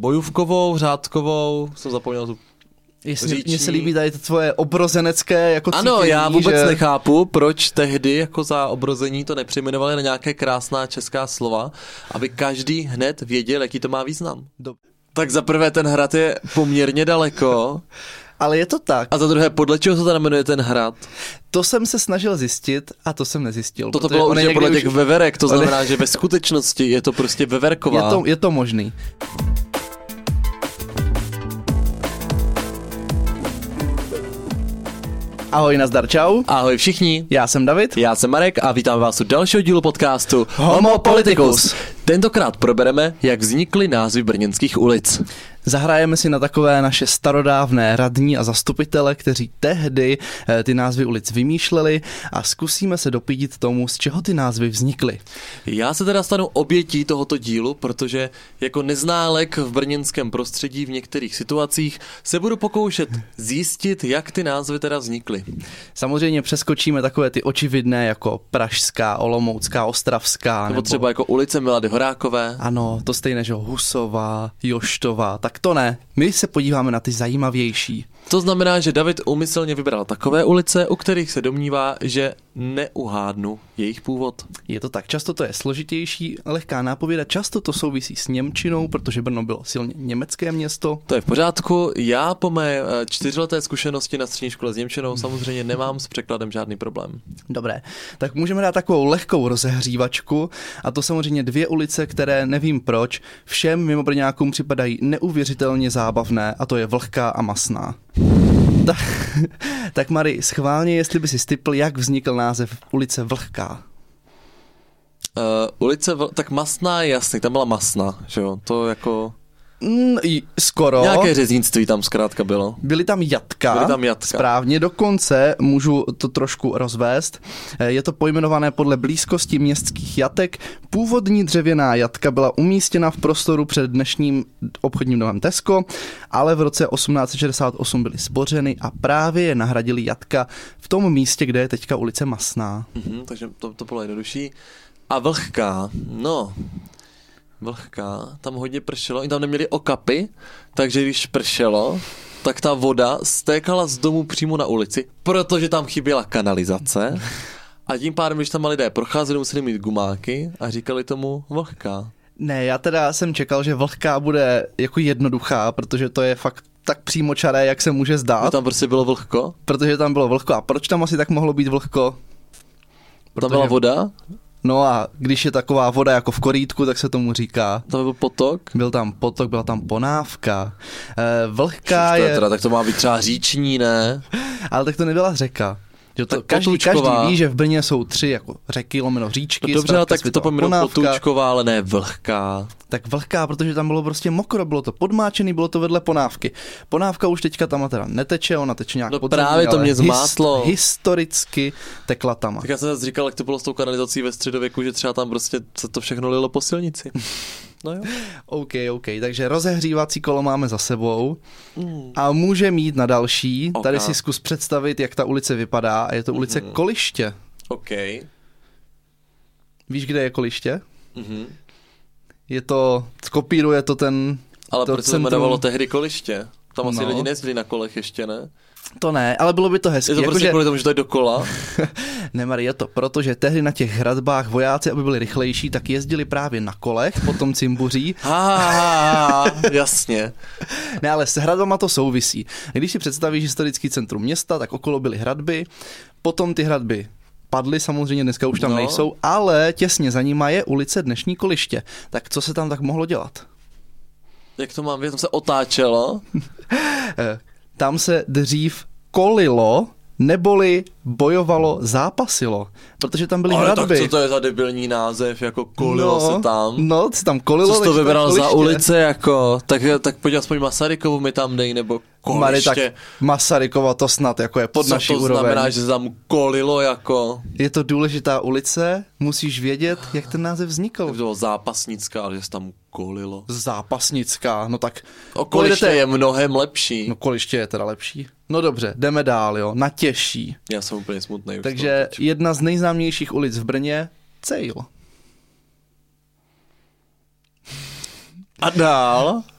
Bojůvkovou, Řádkovou, jsem zapomněl tu Mně se líbí tady to tvoje obrozenecké jako cítění. Ano, já vůbec nechápu, proč tehdy jako za obrození to nepřejmenovali na nějaké krásná česká slova, aby každý hned věděl, jaký to má význam. Tak za prvé ten hrad je poměrně daleko. Ale je to tak. A za druhé, podle čeho se to jmenuje ten hrad? To jsem se snažil zjistit a to jsem nezjistil. Toto bylo určitě podle těch veverek, to znamená, že ve skutečnosti je to prostě veverková. Je to možný. Ahoj, nazdar, čau. Ahoj všichni. Já jsem David. Já jsem Marek a vítám vás u dalšího dílu podcastu Homo Politicus. Tentokrát probereme, jak vznikly názvy brněnských ulic. Zahrajeme si na takové naše starodávné radní a zastupitele, kteří tehdy ty názvy ulic vymýšleli a zkusíme se dopídit tomu, z čeho ty názvy vznikly. Já se teda stanu obětí tohoto dílu, protože jako neználek v brněnském prostředí v některých situacích se budu pokoušet zjistit, jak ty názvy teda vznikly. Samozřejmě přeskočíme takové ty očividné jako Pražská, Olomoucká, Ostravská. Nebo třeba jako ulice Milady Horákové. Ano, to stejné, že Husová, Joštová, tak to ne. My se podíváme na ty zajímavější. To znamená, že David úmyslně vybral takové ulice, u kterých se domnívá, že neuhádnu jejich původ. Je to tak, často to je složitější, lehká nápověda, často to souvisí s němčinou, protože Brno bylo silně německé město. To je v pořádku, já po mé 4leté zkušenosti na střední škole s němčinou samozřejmě nemám s překladem žádný problém. Dobré, tak můžeme dát takovou lehkou rozehřívačku a to samozřejmě 2 ulice, které nevím proč, všem mimo Brňákům připadají neuvěřitelně zábavné a to je Vlhká a Masná. Tak Mari, schválně, jestli by si stipl, jak vznikl název ulice Vlhká. Tak Masná je jasný, tam byla Masna, že jo, to jako... Skoro. Nějaké řeznictví tam zkrátka bylo. Byly tam jatka. Správně, dokonce můžu to trošku rozvést. Je to pojmenované podle blízkosti městských jatek. Původní dřevěná jatka byla umístěna v prostoru před dnešním obchodním domem Tesco, ale v roce 1868 byly zbořeny a právě je nahradili jatka v tom místě, kde je teďka ulice Masná. Takže to bylo jednodušší. A Vlhká, Vlhká, tam hodně pršelo, oni tam neměli okapy, takže když pršelo, tak ta voda stékala z domu přímo na ulici, protože tam chyběla kanalizace a tím pádem, když tam lidé procházeli, museli mít gumáky a říkali tomu Vlhká. Ne, já teda jsem čekal, že Vlhká bude jako jednoduchá, protože to je fakt tak přímočaré, jak se může zdát. Tam prostě bylo vlhko? Protože tam bylo vlhko. A proč tam asi tak mohlo být vlhko? Tam byla voda? No a když je taková voda jako v korýtku, tak se tomu říká. To byl potok? Byl tam potok, byla tam ponávka. Vlhká je... Tak to má být třeba říční, ne? Ale tak to nebyla řeka. Že to každý ví, že v Brně jsou 3 jako řeky, lomeno říčky. No dobře, ale tak to pomenou Potůčková, ale ne Vlhká. Tak Vlhká, protože tam bylo prostě mokro, bylo to podmáčený, bylo to vedle Ponávky. Ponávka už teďka tam teda neteče, ona teče nějak podzemí, právě to mě zmátlo. Historicky tekla tam. Tak já jsem zase říkal, jak to bylo s tou kanalizací ve středověku, že třeba tam prostě se to všechno lilo po silnici. No jo. OK, takže rozehřívací kolo máme za sebou a může mít na další. Okay. Tady si zkus představit, jak ta ulice vypadá a je to ulice Koliště. OK. Víš, kde je Koliště? Je to, kopíruje to ten... Ale proč se jmenovalo tehdy Koliště? Tam asi lidi nejezdili na kolech ještě, ne? To ne, ale bylo by to hezké. Je to prostě kvůli tomu, že to je dokola? Ne, Marie, je to proto, že tehdy na těch hradbách vojáci, aby byli rychlejší, tak jezdili právě na kolech, potom cimbuří. Jasně. Ne, ale s hradbama to souvisí. Když si představíš historický centrum města, tak okolo byly hradby, potom ty hradby padly, samozřejmě dneska už tam nejsou, ale těsně za nima je ulice dnešní Koliště. Tak co se tam tak mohlo dělat? Jak to mám vědět? Tam se otáčelo? Tam se dřív kolilo, neboli bojovalo, zápasilo, protože tam byly hradby. Tak co to je za debilní název, jako kolilo se tam? No, se tam kolilo. Co jsi to vybral za ulice, jako? Tak pojď aspoň Masarykovu mi tam dej, nebo Koliště. Mary, tak Masarykova to snad jako je pod naší úroveň. Co to znamená, že se tam kolilo, jako? Je to důležitá ulice, musíš vědět, jak ten název vznikl. To bylo zápasnická, ale že se tam kolilo. Zápasnická, no tak... Koliště je mnohem lepší. No Koliště je teda lepší. No dobře, jdeme dál, jo, na těžší. Já jsem úplně smutnej. Takže jedna z nejznámějších ulic v Brně, Cejl. A dál?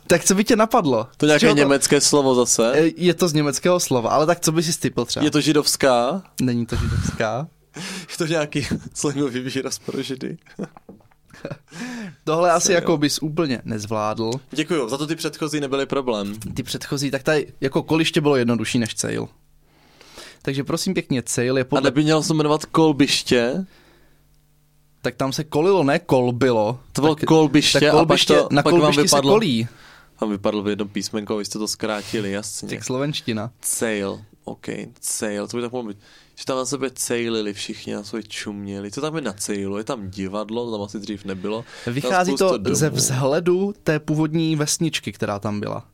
Tak co by tě napadlo? To nějaké německé slovo zase? Je to z německého slova, ale tak co by si typl třeba? Je to židovská? Není to židovská. Je to nějaký slangový výraz pro židy? Tohle asi jako bys úplně nezvládl. Děkuju, za to ty předchozí nebyly problém. Ty předchozí, tak tady jako koliště bylo jednodušší než cejl. Takže prosím pěkně, cejl je podle... A neby měl se jmenovat kolbiště? Tak tam se kolilo, ne kolbilo. To bylo kolbiště, tak kolbiště, a na pak vám kolbišti vypadlo... se kolí. Vám vypadlo v jednom písmenko, vy jste to zkrátili, jasně. Tak slovenština. Cejl, cejl, to by tak mohlo být. Že tam na sebe cejlili všichni, na sebe čuměli. Co tam je na cejlu? Je tam divadlo, to tam asi dřív nebylo. Vychází to ze vzhledu té původní vesničky, která tam byla.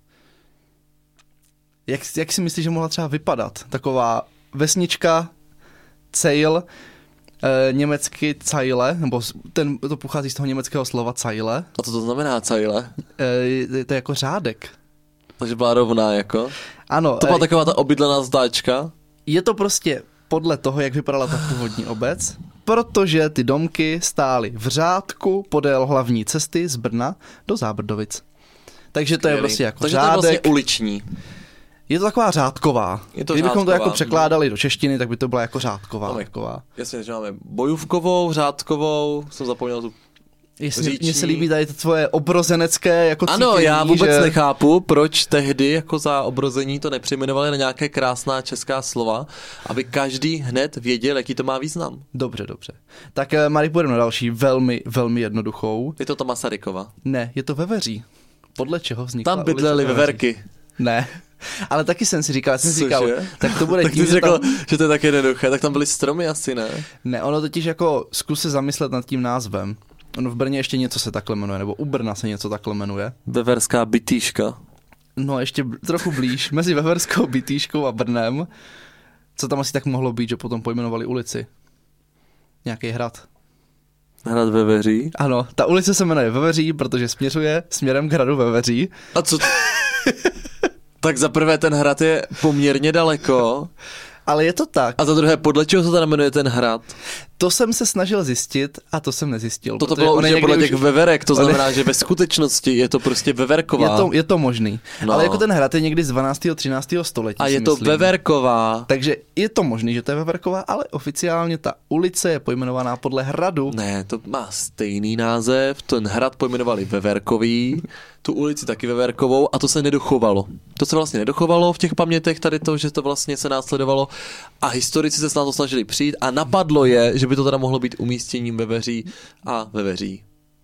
Jak si myslíš, že mohla třeba vypadat? Taková vesnička, cejl, německy Zeile, nebo to pochází z toho německého slova Zeile. A co to znamená Zeile? To je jako řádek. Takže byla rovná jako? Ano. To byla taková ta obydlená zdáčka? Je to prostě podle toho, jak vypadala ta původní obec, protože ty domky stály v řádku podél hlavní cesty z Brna do Zábrdovic. Takže to je prostě jako takže řádek. Takže to je vlastně uliční. Je to taková řádková. Kdybychom to jako překládali do češtiny, tak by to byla jako řádková. Taková. Jasně, že máme bojůvkovou, řádkovou, jsem zapomněl tu mně se líbí tady to tvoje obrozenecké jako cítění. Ano, já vůbec nechápu, proč tehdy jako za obrození to nepřejmenovali na nějaké krásná česká slova, aby každý hned věděl, jaký to má význam. Dobře. Tak Mari, půjdeme na další, velmi, velmi jednoduchou. Je to Masarykova? Ne, je to Veveří. Podle čeho vznikla tam bydleli veverky. Ne. Ale taky jsem si říkal, tak to bude tak tím, ty jsi řekl, že to je tak jednoduché, tak tam byly stromy asi, ne? Ne, ono totiž jako zkus se zamyslet nad tím názvem. Ono v Brně ještě něco se takhle jmenuje, nebo u Brna se něco takhle jmenuje. Veverská bytýška. No ještě trochu blíž, mezi Veverskou bytýškou a Brnem. Co tam asi tak mohlo být, že potom pojmenovali ulici? Nějaký hrad. Hrad Veveří? Ano, ta ulice se jmenuje Veveří, protože směřuje směrem k hradu Veveří. A co? Tak za prvé ten hrad je poměrně daleko. Ale je to tak. A za druhé, podle čeho se teda jmenuje ten hrad? To jsem se snažil zjistit a to jsem nezjistil. To bylo určitě podle těch veverek, to znamená, že ve skutečnosti je to prostě veverková. Je to možný. No. Ale jako ten hrad je někdy z 12. 13. století. A je to veverková. Takže je to možný, že to je veverková, ale oficiálně ta ulice je pojmenovaná podle hradu. Ne, to má stejný název, ten hrad pojmenovali Veverkový, tu ulici taky Veverkovou a to se nedochovalo. To se vlastně nedochovalo v těch pamětech tady to, že to vlastně se následovalo a historici se s to snažili přijít a napadlo je, že by to teda mohlo být umístěním Veveří a Veveří.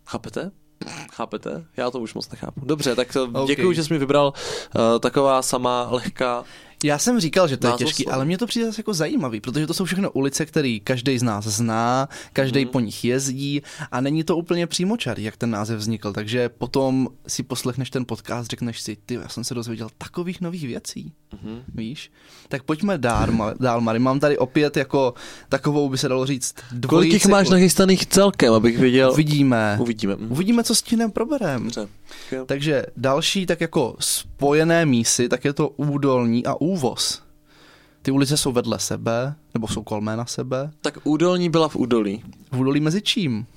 Chápete? Já to už moc nechápu. Dobře, tak děkuju, že jsi mi vybral taková sama lehká. Já jsem říkal, že to je těžký, ale mně to přijde jako zajímavý, protože to jsou všechno ulice, které každý z nás zná, každý po nich jezdí a není to úplně přímočarý, jak ten název vznikl, takže potom si poslechneš ten podcast, řekneš si, ty, já jsem se dozvěděl takových nových věcí, víš? Tak pojďme dál, Mari, mám tady opět jako takovou, by se dalo říct, dvojici. Kolik jich máš nachystaných celkem, abych věděl? Uvidíme, co s tím probereme. Takže další tak jako spojené mísy, tak je to Údolní a Úvoz. Ty ulice jsou vedle sebe, nebo jsou kolmé na sebe. Tak Údolní byla v Údolí. V Údolí mezi čím?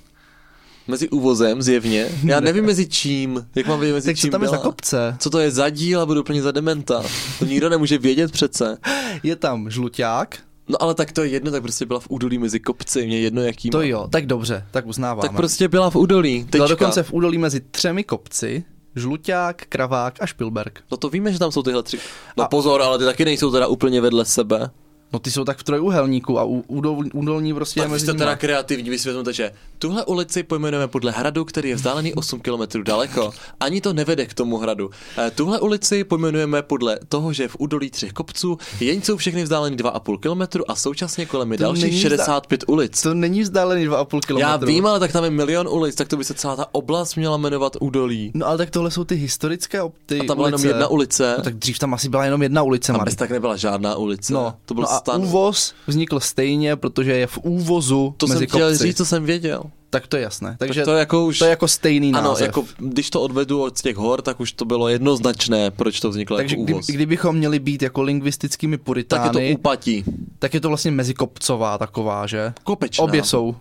Mezi Úvozem zjevně. Já nevím mezi čím. Jak mám vědět mezi tak čím co tam byla? je za kopce? Co to je za díl a budu úplně za dementa. To nikdo nemůže vědět přece. Je tam Žluťák. No ale tak to je jedno, tak prostě byla v Údolí mezi kopci, mě jedno jaký. To jo, tak dobře, tak uznáváme. Tak prostě byla v Údolí, tečka. Byla dokonce v Údolí mezi 3 kopci, Žluťák, Kravák a Špilberk. No to víme, že tam jsou tyhle 3. No pozor, ale ty taky nejsou teda úplně vedle sebe. No ty jsou tak v trojúhelníku a Údolní prostě tak je mezi jste teda kreativní, vysvětlujte, že tuhle ulici pojmenujeme podle hradu, který je vzdálený 8 km daleko. Ani to nevede k tomu hradu. Tuhle ulici pojmenujeme podle toho, že v údolí 3 kopců, jen jsou všechny vzdálený 2,5 km a současně kolem je dalších 65 ulic. To není vzdálený 2,5 km. Já vím, ale tak tam je milion ulic, tak to by se celá ta oblast měla jmenovat Údolí. No ale tak tohle jsou ty historické ty a tam byla jenom jedna ulice. No tak dřív tam asi byla jenom jedna ulice, Mari. A bez tak nebyla žádná ulice. No, to byl a Úvoz vznikl stejně, protože je v Úvozu to mezi kopci. To jsem chtěl říct, co jsem věděl. Tak to je jasné. Takže tak to je jako stejný název. Ano, jako když to odvedu od těch hor, tak už to bylo jednoznačné, proč to vzniklo. Takže jako Úvoz. Kdybychom měli být jako lingvistickými puritány, tak je to Úpatí. Tak je to vlastně mezikopcová taková, že? Kopečná. Obě jsou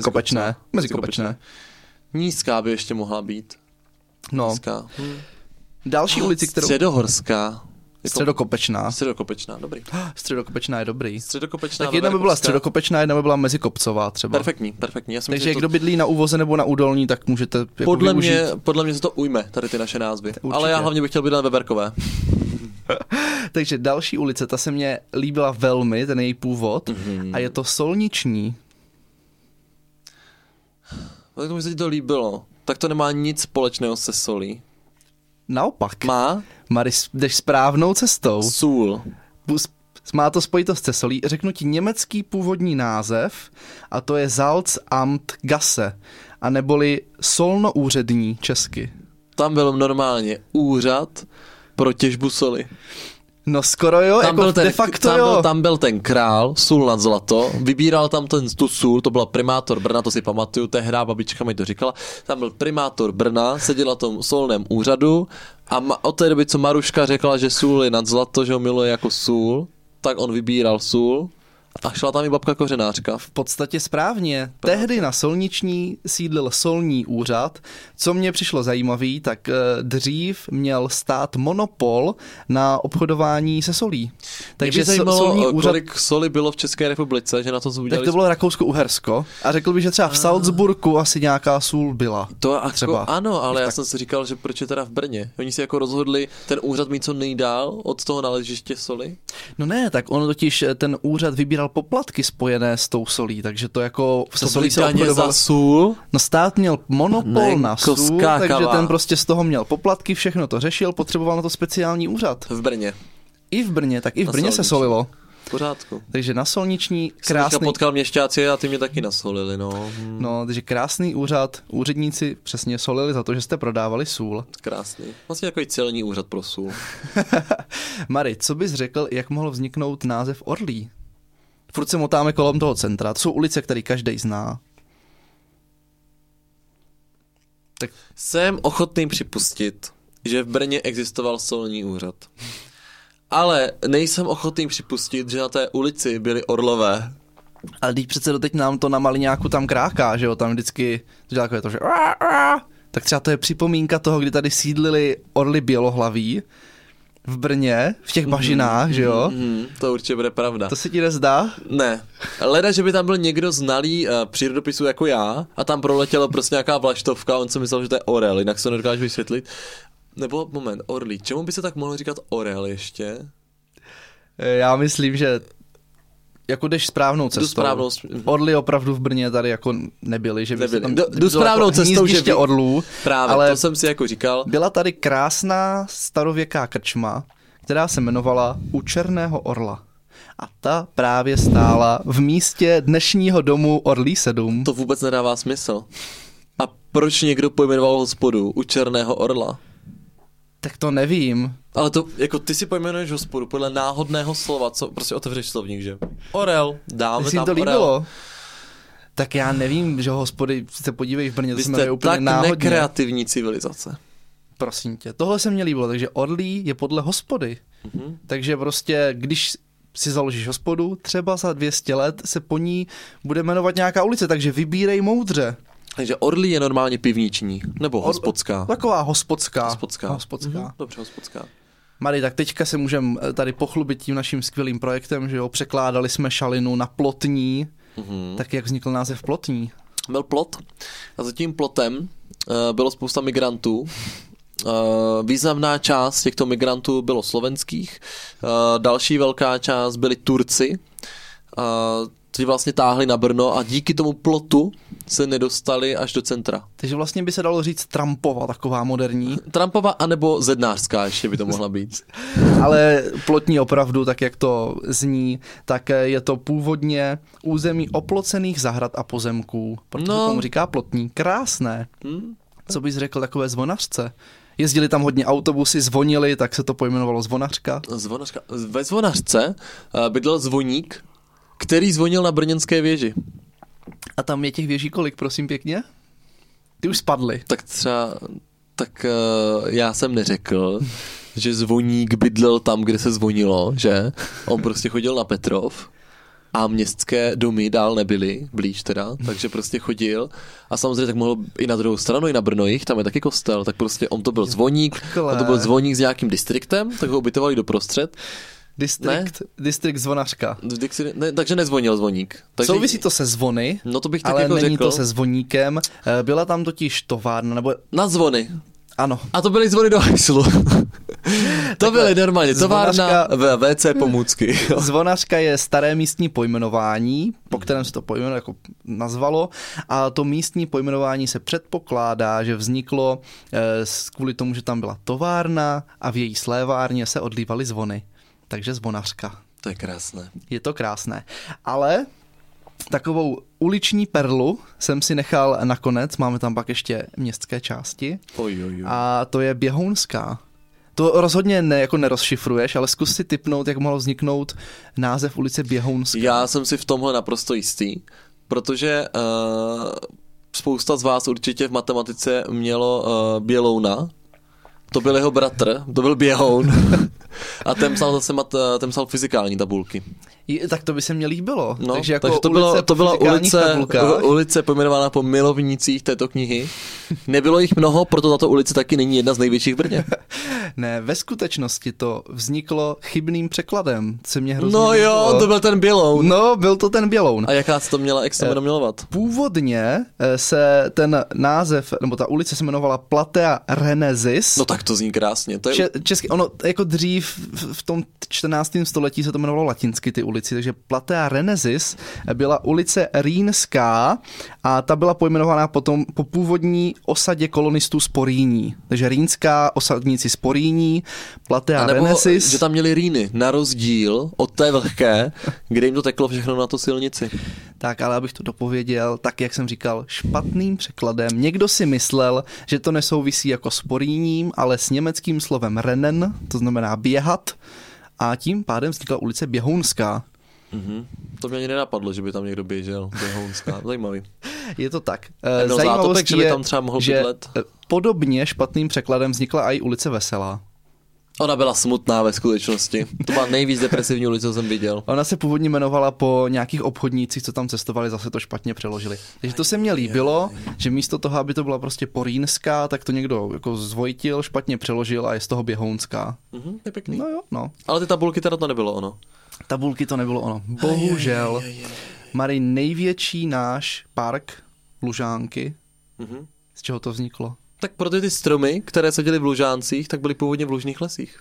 mezikopečné. Nízká by ještě mohla být. No. Nízká. Další ulici, kterou... Středohorská. Středokopečná. Středokopečná, dobrý. Středokopečná je dobrý. Středokopečná. Tak jedna by byla středokopečná, jedna by byla mezikopcová třeba. Perfektní. Takže kdo bydlí na Úvoze nebo na Údolní, tak můžete jako podle mě se to ujme, tady ty naše názvy. Určitě. Ale já hlavně bych chtěl bydlet ve Veverkové. Takže další ulice, ta se mně líbila velmi, ten její původ, a je to Solniční. Tak mi se ti to líbilo. Tak to nemá nic společného se solí. Naopak. Má? Mary, jdeš správnou cestou. Sůl. Má to spojitost se solí. Řeknu ti německý původní název a to je Salzamt Gasse, a neboli solnoúřední česky. Tam byl normálně úřad pro těžbu soli. No skoro jo, tam jako de facto jo. Tam byl ten král, sůl nad zlato, vybíral tam tu sůl, to byla primátor Brna, to si pamatuju, tehdy babička mi to říkala, tam byl primátor Brna, seděl na tom solném úřadu a od té doby, co Maruška řekla, že sůl je nad zlato, že ho miluje jako sůl, tak on vybíral sůl a šla tam i babka kořenářka. V podstatě správně. Tehdy na Solniční sídlil solní úřad. Co mě přišlo zajímavý, tak dřív měl stát monopol na obchodování se solí. Takže solní úřad... kolik soli bylo v České republice, že na to udělali... Tak to bylo Rakousko-Uhersko a řekl bych, že třeba v Salzburgu asi nějaká sůl byla. To třeba. Ano, ale já jsem si říkal, že proč je teda v Brně. Oni si jako rozhodli ten úřad mít co nejdál od toho naležiště soli. No ne, tak on totiž ten úřad vybíral poplatky spojené s tou solí, takže to jako se solí se obchodoval. Za sůl? No stát měl monopol na sůl, takže ten prostě z toho měl poplatky, všechno to řešil, potřeboval na to speciální úřad. V Brně. I v Brně, tak i v Brně se solilo. V pořádku. Takže na Solniční krásný... Jsem potkal měšťáci a ty mě taky nasolili, no. No, takže krásný úřad, úředníci přesně solili za to, že jste prodávali sůl. Krásný. Vlastně takový celní úřad pro sůl. Mary, co bys řekl, jak mohl vzniknout název Orlí? Furt se motáme kolem toho centra, to jsou ulice, které každý zná. Tak jsem ochotný připustit, že v Brně existoval solní úřad. Ale nejsem ochotný připustit, že na té ulici byli orlové. Ale když přece doteď nám to na Maliňáku tam kráká, že jo, tam vždycky dělá takové to, že tak třeba to je připomínka toho, kdy tady sídlili orly bělohlaví v Brně, v těch bažinách, že jo? To určitě bude pravda. To se ti nezdá? Ne. Leda, že by tam byl někdo znalý přírodopisu jako já a tam proletěla prostě nějaká vlaštovka a on si myslel, že to je orel, jinak se to nedokážu vysvětlit. Nebo moment, orlí. Čemu by se tak mohlo říkat orel ještě? Já myslím, že jako jdeš správnou cestou. Orly opravdu v Brně tady jako nebyly. Že by se tam jdu správnou jako cestou, že orlů. Právě, ale to jsem si jako říkal. Byla tady krásná starověká krčma, která se jmenovala U Černého orla. A ta právě stála v místě dnešního domu Orlí 7. To vůbec nedává smysl. A proč někdo pojmenoval hospodu U Černého orla? Tak to nevím. Ale to, jako ty si pojmenuješ hospodu podle náhodného slova, co prostě otevřeš slovník, že? Orel, dáme tam to orel. Líbilo? Tak já nevím, že hospody, se podívej v Brně, to se jmenuje úplně náhodně. Tak nekreativní civilizace. Prosím tě, tohle se mně líbilo, takže Orlí je podle hospody. Takže prostě, když si založíš hospodu, třeba za 200 let se po ní bude jmenovat nějaká ulice, takže vybírej moudře. Takže Orlí je normálně pivniční, nebo hospodská. Taková hospodská. Hospodská. Dobře, hospodská. Mary, tak teďka se můžeme tady pochlubit tím naším skvělým projektem, že jo, překládali jsme šalinu na Plotní. Tak jak vznikl název Plotní? Byl plot a za tím plotem bylo spousta migrantů. Významná část těchto migrantů bylo slovenských, další velká část byli Turci, kteří vlastně táhli na Brno a díky tomu plotu se nedostali až do centra. Takže vlastně by se dalo říct Trumpova, taková moderní. Trumpova anebo zednářská ještě by to mohla být. Ale Plotní opravdu, tak jak to zní, tak je to původně území oplocených zahrad a pozemků. Proč se tomu říká Plotní? Krásné. Co bys řekl takové zvonařce? Jezdili tam hodně autobusy, zvonili, tak se to pojmenovalo Zvonařka. Zvonařka. Ve Zvonařce bydlel zvoník, který zvonil na brněnské věži. A tam je těch věží kolik, prosím pěkně? Ty už spadly. Tak třeba, já jsem neřekl, že zvoník bydlel tam, kde se zvonilo, že? On prostě chodil na Petrov. a městské domy dál nebyly, blíž teda, takže prostě chodil a samozřejmě tak mohl i na druhou stranu, i na Brnojich, tam je taky kostel, tak prostě on to byl zvoník, s nějakým distriktem, tak ho ubytovali doprostřed. Distrikt zvonařka. Ne, takže nezvonil zvoník. Takže... Souvisí to se zvony, no to bych tak ale jako není řekl. to se zvoníkem. Byla tam totiž továrna, nebo... Na zvony. Ano. A to byly zvony do hajslu. To byly normálně továrna, WC pomůcky. Zvonařka je staré místní pojmenování, po kterém se to pojmenování jako nazvalo, a to místní pojmenování se předpokládá, že vzniklo kvůli tomu, že tam byla továrna a v její slévárně se odlívaly zvony. Takže zvonařka. To je krásné. Je to krásné. Ale takovou uliční perlu jsem si nechal nakonec, máme tam pak ještě městské části. A to je Běhounská. To rozhodně jako nerozšifruješ, ale zkus si tipnout, jak mohl vzniknout název ulice Běhounská. Já jsem si v tomhle naprosto jistý, protože spousta z vás určitě v matematice mělo Bělouna. To byl jeho bratr, to byl Běhoun. A ten psal fyzikální tabulky. Tak to by se mně líbilo. No, takže jako to byla ulice pojmenovaná po milovnících této knihy. Nebylo jich mnoho, proto tato ulice taky není jedna z největších v Brně. Ne, ve skutečnosti to vzniklo chybným překladem, co mě hrozně no jo, líbilo. To byl ten Běloun. No, byl to ten Běloun. A jaká se to měla, jak se to jmenovat? Původně se ten název, nebo ta ulice se jmenovala Platea Renesis. No tak to zní krásně. To je... Česky, ono jako dřív v tom 14. století se to jmenovalo latinsky ty ulici, takže Platea Renesis byla ulice Rýnská a ta byla pojmenovaná potom po původní osadě kolonistů z Porýní. Takže Rýnská, osadníci z Porýní, Platea Renesis. Že tam měli Rýny, na rozdíl od té vlhké, kde jim to teklo všechno na tu silnici. Tak, ale abych to dopověděl, tak jak jsem říkal, špatným překladem. Někdo si myslel, že to nesouvisí jako s Porýním, ale s německým slovem Rennen, to znamená běhat, a tím pádem vznikla ulice Běhounská. Mm-hmm. To mě ani nenapadlo, že by tam někdo běžel. Běhounská, zajímavý. Je to tak. Zajímavostí je, tam třeba mohl že bydlet. Podobně špatným překladem vznikla i ulice Veselá. Ona byla smutná ve skutečnosti. To byla nejvíc depresivní ulice, co jsem viděl. Ona se původně jmenovala po nějakých obchodnících, co tam cestovali, zase to špatně přeložili. Takže to se mně líbilo, že místo toho, aby to byla prostě Porýnská, tak to někdo jako zvojtil, špatně přeložil a je z toho Běhounská. Je pěkný. No jo, no. Ale ty tabulky teda to nebylo ono. Tabulky to nebylo ono. Bohužel. Marej, největší náš park Lužánky. Z čeho to vzniklo? Tak proto ty stromy, které seděly v Lužáncích, tak byly původně v lužních lesích.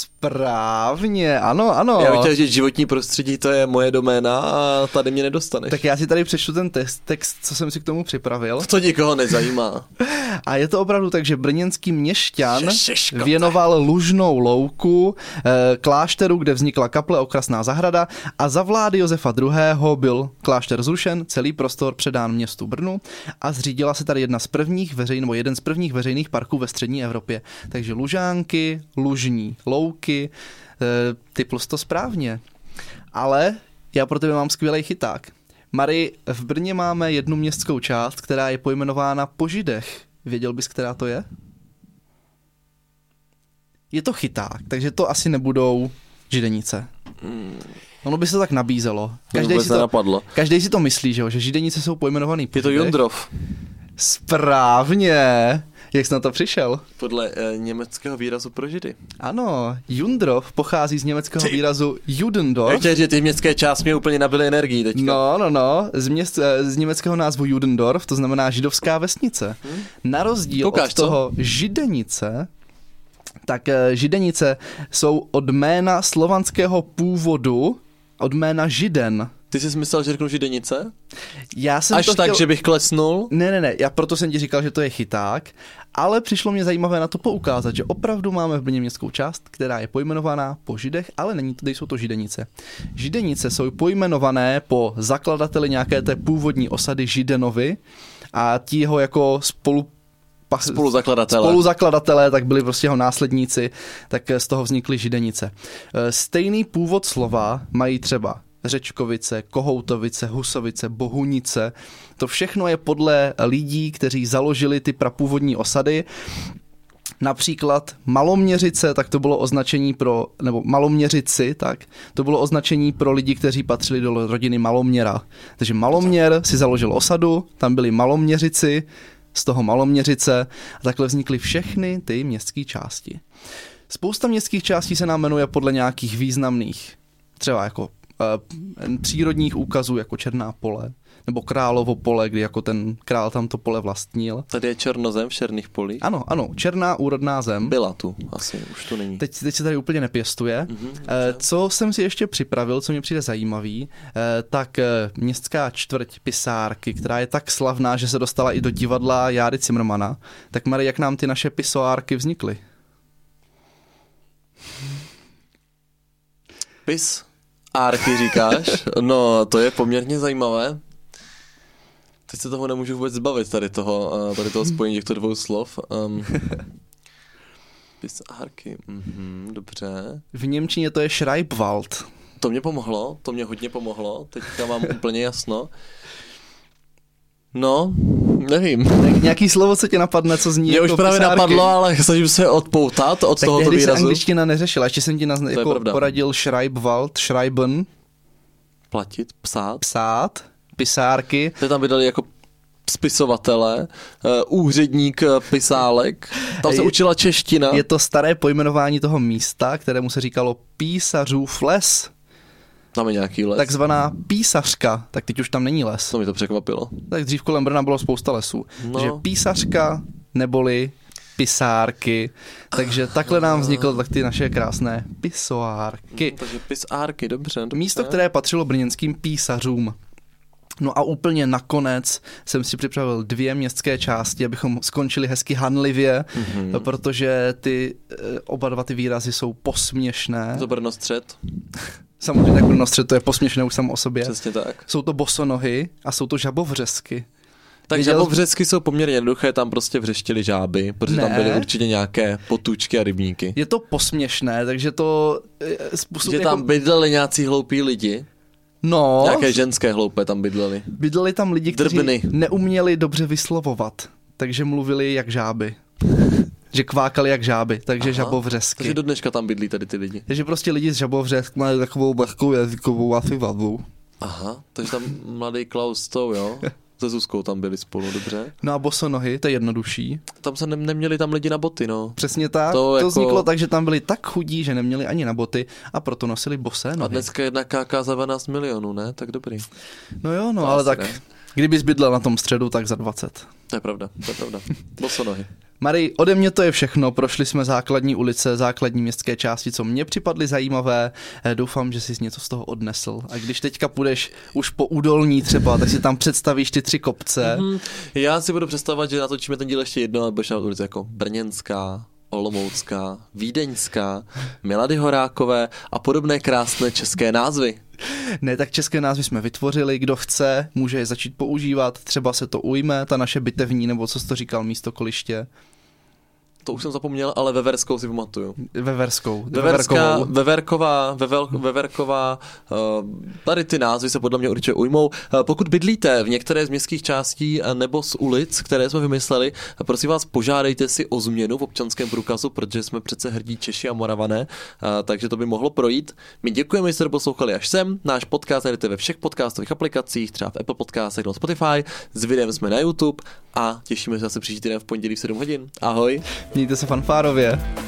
Správně, ano, ano. Já bych chtěl říct, životní prostředí, to je moje doména a tady mě nedostaneš. Tak já si tady přečtu ten text, co jsem si k tomu připravil. To nikoho nezajímá. A je to opravdu tak, že brněnský měšťan věnoval lužnou louku klášteru, kde vznikla kaple Okrasná zahrada, a za vlády Josefa II. Byl klášter zrušen, celý prostor předán městu Brnu a zřídila se tady jeden z prvních veřejných parků ve střední Evropě. Takže Lužánky, lužní louky, typl jsi to správně. Ale já pro tebe mám skvělý chyták. Mary, v Brně máme jednu městskou část, která je pojmenována po Židech. Věděl bys, která to je? Je to chyták, takže to asi nebudou Židenice. Ono by se to tak nabízelo. Každý si to myslí, že Židenice jsou pojmenovaný po Židech. Je to Jundrov. Správně. Jak jsi na to přišel? Podle německého výrazu pro Židy. Ano, Jundrov pochází z německého výrazu Judendorf. Já chtěl, že ty městské části mě úplně nabily energii teďka. No, z německého názvu Judendorf, to znamená židovská vesnice. Na rozdíl od toho Židenice, tak Židenice jsou od jména slovanského původu, od jména Židen. Ty jsi myslel, že řeknu Židenice? Já jsem že bych klesnul? Ne, já proto jsem ti říkal, že to je chyták, ale přišlo mě zajímavé na to poukázat, že opravdu máme v Brně městskou část, která je pojmenovaná po Židech, ale nejsou to Židenice. Židenice jsou pojmenované po zakladateli nějaké té původní osady Židenovi a ti ho jako spoluzakladatelé, tak byli prostě jeho následníci, tak z toho vznikly Židenice. Stejný původ slova mají třeba Řečkovice, Kohoutovice, Husovice, Bohunice. To všechno je podle lidí, kteří založili ty prapůvodní osady. Například Maloměřice, tak to bylo označení pro, nebo Maloměřici, tak to bylo označení pro lidi, kteří patřili do rodiny Maloměra. Takže Maloměr si založil osadu, tam byli Maloměřici, z toho Maloměřice a takhle vznikly všechny ty městské části. Spousta městských částí se nám jmenuje podle nějakých významných, třeba jako přírodních úkazů, jako Černá pole, nebo Královo pole, kdy jako ten král tam to pole vlastnil. Tady je Černozem v Černých polích. Ano, černá úrodná zem. Byla tu, asi, už tu není. Teď se tady úplně nepěstuje. Co jsem si ještě připravil, co mě přijde zajímavý, tak městská čtvrť Pisárky, která je tak slavná, že se dostala i do divadla Járy Cimrmana. Tak Mary, jak nám ty naše pisoárky vznikly? Pisárky říkáš? No, to je poměrně zajímavé. Teď se toho nemůžu vůbec zbavit, tady toho spojení těchto dvou slov. Pisárky, dobře. V němčině to je Schreibwald. To mě hodně pomohlo, teďka mám úplně jasno. No, nevím. Tak nějaký slovo, co tě napadne, co zní mě jako už právě pisárky. Napadlo, ale snažím se odpoutat od tohoto výrazu. Tak tehdy se angličtina neřešila, ještě jsem ti jako poradil Schreibwald, schreiben. Platit, Psát, pisárky. Ty tam vydali jako spisovatele, úředník pisálek, tam se učila čeština. Je to staré pojmenování toho místa, kterému se říkalo Písařův les. Tam je nějaký les. Takzvaná písařka, tak teď už tam není les. To mi to překvapilo. Tak dřív kolem Brna bylo spousta lesů. No. Takže písařka neboli pisárky, takže takhle nám vznikly tak ty naše krásné pisoárky. Takže pisárky, dobře. Místo, které patřilo brněnským písařům. No a úplně nakonec jsem si připravil 2 městské části, abychom skončili hezky hanlivě, protože oba dva ty výrazy jsou posměšné. To Brnostřed. Samozřejmě tak Brnostřed, to je posměšné už samo o sobě. Přesně tak. Jsou to bosonohy a jsou to žabovřesky. Tak žabovřesky jsou poměrně jednoduché, tam prostě vřeštily žáby, protože tam byly určitě nějaké potůčky a rybníky. Je to posměšné, takže to způsobuje. Že tam bydleli nějací hloupí lidi. No. Nějaké ženské hloupé tam bydleli. Bydleli tam lidi, kteří neuměli dobře vyslovovat, takže mluvili jak žáby. Že kvákali jak žáby, takže žabovřesky. Takže do dneška tam bydlí tady ty lidi. Takže prostě lidi z žabovřesk mají takovou lehkou jazykovou asi vazbu. Aha, takže tam mladý Klaus s tou, jo? Se Zuzkou tam byli spolu, dobře. No a bosonohy, to je jednodušší. Tam se neměli tam lidi na boty, no. Přesně tak, to jako vzniklo tak, že tam byli tak chudí, že neměli ani na boty a proto nosili bosé nohy. A dneska jedna KK za 12 milionů, ne? Tak dobrý. No jo, no, ale tak, kdybys bydlel na tom středu, tak za 20. To je pravda. Bosonohy. Mary, ode mě to je všechno, prošli jsme základní ulice, základní městské části, co mě připadly zajímavé, doufám, že jsi něco z toho odnesl a když teďka půjdeš už po Údolní třeba, tak si tam představíš ty 3 kopce. Já si budu představovat, že natočíme ten díl ještě jedno a budeš na ulici jako Brněnská, Olomoucká, Vídeňská, Milady Horákové a podobné krásné české názvy. Ne, tak české názvy jsme vytvořili, kdo chce, může je začít používat, třeba se to ujme, ta naše bitevní, nebo co jsi to říkal, místo koliště. To už jsem zapomněl, ale Veverskou si pamatuju. Veverková, tady ty názvy se podle mě určitě ujmou. Pokud bydlíte v některé z městských částí nebo z ulic, které jsme vymysleli, prosím vás, požádejte si o změnu v občanském průkazu, protože jsme přece hrdí Češi a Moravané, takže to by mohlo projít. My děkujeme, že jste poslouchali až sem. Náš podcast najdete ve všech podcastových aplikacích, třeba v Apple Podcastech nebo Spotify. S videem jsme na YouTube a těšíme se zase příští týden v pondělí v 7 hodin. Ahoj. Mějte se fanfárově.